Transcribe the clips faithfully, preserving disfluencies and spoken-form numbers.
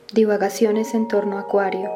Divagaciones en torno a Acuario.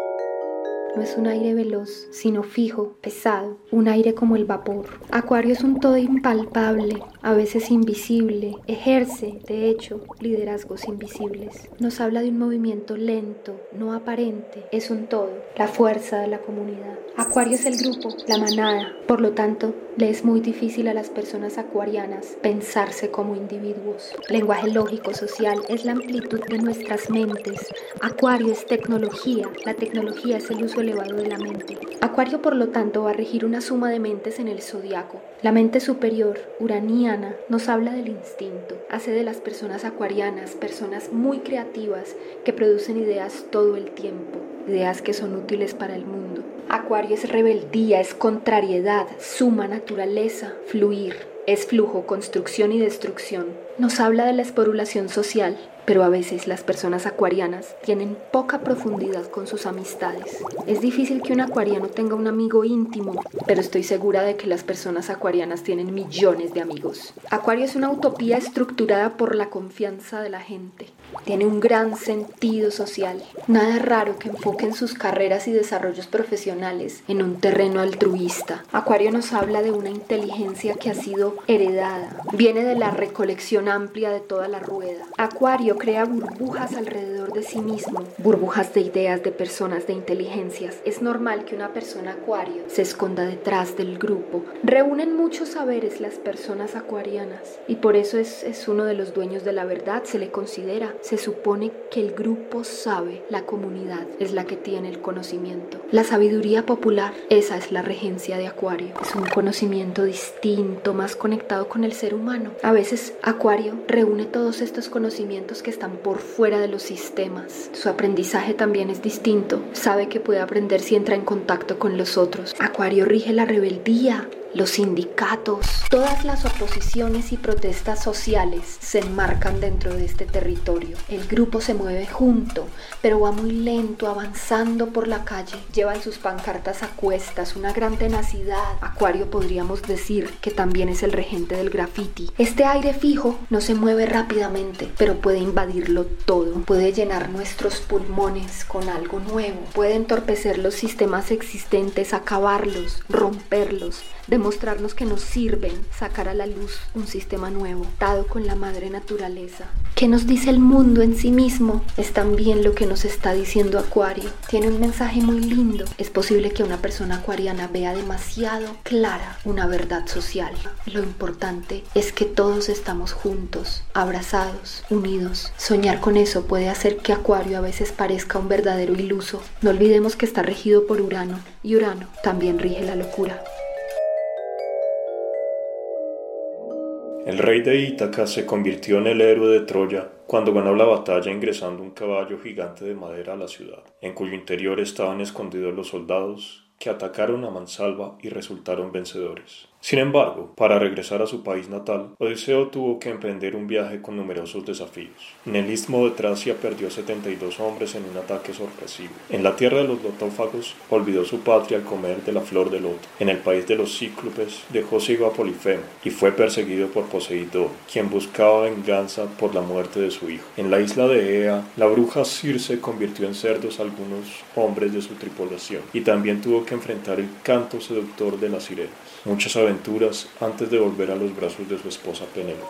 No es un aire veloz, sino fijo, pesado, un aire como el vapor. Acuario es un todo impalpable, a veces invisible, ejerce, de hecho, liderazgos invisibles. Nos habla de un movimiento lento, no aparente, es un todo, la fuerza de la comunidad. Acuario es el grupo, la manada, por lo tanto, le es muy difícil a las personas acuarianas pensarse como individuos. Lenguaje lógico social es la amplitud de nuestras mentes. Acuario es tecnología, la tecnología es el uso elevado de la mente. Acuario, por lo tanto, va a regir una suma de mentes en el zodiaco. La mente superior, uraniana, nos habla del instinto, hace de las personas acuarianas personas muy creativas que producen ideas todo el tiempo, ideas que son útiles para el mundo. Acuario es rebeldía, es contrariedad, suma naturaleza, fluir, es flujo, construcción y destrucción. Nos habla de la esporulación social, pero a veces las personas acuarianas tienen poca profundidad con sus amistades. Es difícil que un acuariano tenga un amigo íntimo, pero estoy segura de que las personas acuarianas tienen millones de amigos. Acuario es una utopía estructurada por la confianza de la gente. Tiene un gran sentido social. Nada raro que enfoquen sus carreras y desarrollos profesionales en un terreno altruista. Acuario nos habla de una inteligencia que ha sido heredada. Viene de la recolección amplia de toda la rueda. Acuario crea burbujas alrededor de sí mismo, burbujas de ideas, de personas, de inteligencias. Es normal que una persona acuario se esconda detrás del grupo. Reúnen muchos saberes las personas acuarianas y por eso es, es uno de los dueños de la verdad, se le considera. Se supone que el grupo sabe, la comunidad es la que tiene el conocimiento. La sabiduría popular, esa es la regencia de Acuario. Es un conocimiento distinto, más conectado con el ser humano. A veces Acuario reúne todos estos conocimientos que están por fuera de los sistemas. Su aprendizaje también es distinto. Sabe que puede aprender si entra en contacto con los otros. Acuario rige la rebeldía, los sindicatos, todas las oposiciones y protestas sociales se enmarcan dentro de este territorio. El grupo se mueve junto, pero va muy lento, avanzando por la calle. Llevan sus pancartas a cuestas, una gran tenacidad. Acuario podríamos decir que también es el regente del graffiti. Este aire fijo no se mueve rápidamente, pero puede invadirlo todo. Puede llenar nuestros pulmones con algo nuevo. Puede entorpecer los sistemas existentes, acabarlos, romperlos, demostrarnos que nos sirven, sacar a la luz un sistema nuevo, dado con la madre naturaleza. ¿Qué nos dice el mundo en sí mismo? Es también lo que nos está diciendo Acuario. Tiene un mensaje muy lindo. Es posible que una persona acuariana vea demasiado clara una verdad social. Lo importante es que todos estamos juntos, abrazados, unidos. Soñar con eso puede hacer que Acuario a veces parezca un verdadero iluso. No olvidemos que está regido por Urano, y Urano también rige la locura. El rey de Ítaca se convirtió en el héroe de Troya cuando ganó la batalla ingresando un caballo gigante de madera a la ciudad, en cuyo interior estaban escondidos los soldados que atacaron a mansalva y resultaron vencedores. Sin embargo, para regresar a su país natal, Odiseo tuvo que emprender un viaje con numerosos desafíos. En el istmo de Tracia perdió setenta y dos hombres en un ataque sorpresivo. En la tierra de los lotófagos olvidó su patria al comer de la flor de loto. En el país de los cíclopes dejó ciego a Polifemo y fue perseguido por Poseidón, quien buscaba venganza por la muerte de su hijo. En la isla de Ea, la bruja Circe convirtió en cerdos a algunos hombres de su tripulación y también tuvo que enfrentar el canto seductor de las sirenas. Muchas aventuras antes de volver a los brazos de su esposa Penélope.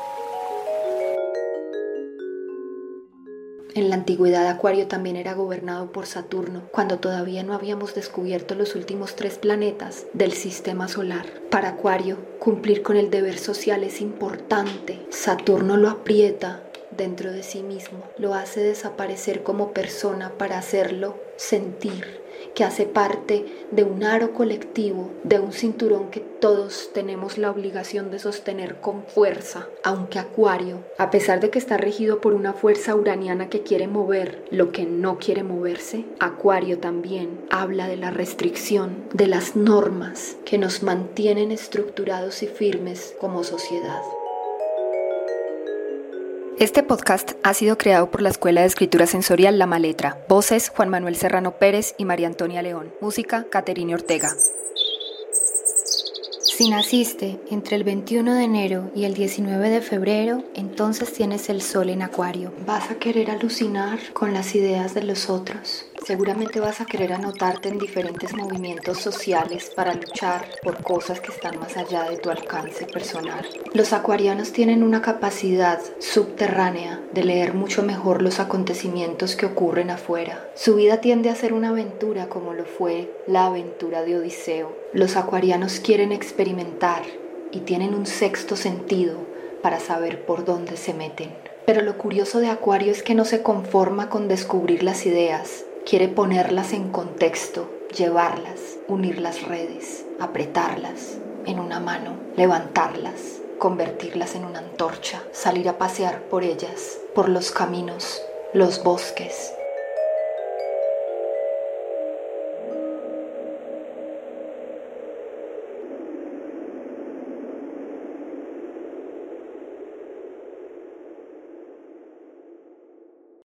En la antigüedad Acuario también era gobernado por Saturno, cuando todavía no habíamos descubierto los últimos tres planetas del sistema solar. Para Acuario, cumplir con el deber social es importante. Saturno lo aprieta dentro de sí mismo, lo hace desaparecer como persona para hacerlo sentir que hace parte de un aro colectivo, de un cinturón que todos tenemos la obligación de sostener con fuerza. Aunque Acuario, a pesar de que está regido por una fuerza uraniana que quiere mover lo que no quiere moverse, Acuario también habla de la restricción, de las normas que nos mantienen estructurados y firmes como sociedad. Este podcast ha sido creado por la Escuela de Escritura Sensorial La Maletra. Voces: Juan Manuel Serrano Pérez y María Antonia León. Música: Caterine Ortega. Si naciste entre el veintiuno de enero y el diecinueve de febrero, entonces tienes el sol en Acuario. Vas a querer alucinar con las ideas de los otros. Seguramente vas a querer anotarte en diferentes movimientos sociales para luchar por cosas que están más allá de tu alcance personal. Los acuarianos tienen una capacidad subterránea de leer mucho mejor los acontecimientos que ocurren afuera. Su vida tiende a ser una aventura como lo fue la aventura de Odiseo. Los acuarianos quieren experimentar y tienen un sexto sentido para saber por dónde se meten. Pero lo curioso de Acuario es que no se conforma con descubrir las ideas. Quiere ponerlas en contexto, llevarlas, unir las redes, apretarlas en una mano, levantarlas, convertirlas en una antorcha, salir a pasear por ellas, por los caminos, los bosques,